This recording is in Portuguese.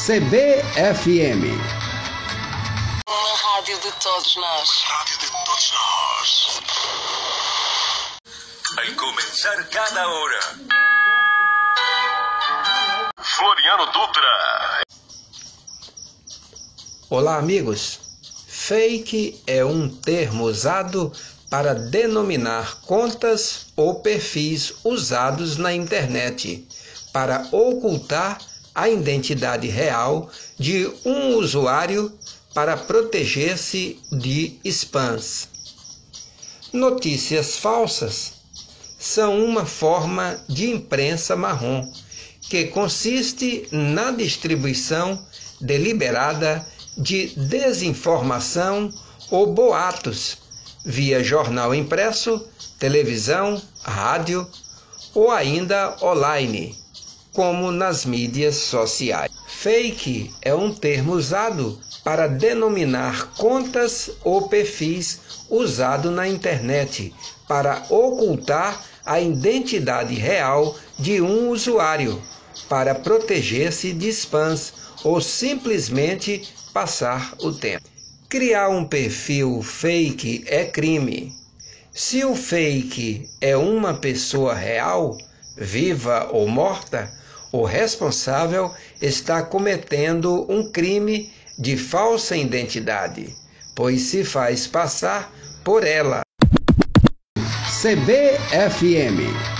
CBFM. Uma rádio de todos nós. Vai começar cada hora. Floriano Dutra. Olá, amigos. Fake é um termo usado para denominar contas ou perfis usados na internet para ocultar a identidade real de um usuário para proteger-se de spams. Notícias falsas são uma forma de imprensa marrom que consiste na distribuição deliberada de desinformação ou boatos via jornal impresso, televisão, rádio ou ainda online, como nas mídias sociais. Fake é um termo usado para denominar contas ou perfis usados na internet para ocultar a identidade real de um usuário, para proteger-se de spams ou simplesmente passar o tempo. Criar um perfil fake é crime. Se o fake é uma pessoa real, viva ou morta, o responsável está cometendo um crime de falsa identidade, pois se faz passar por ela. CBFM.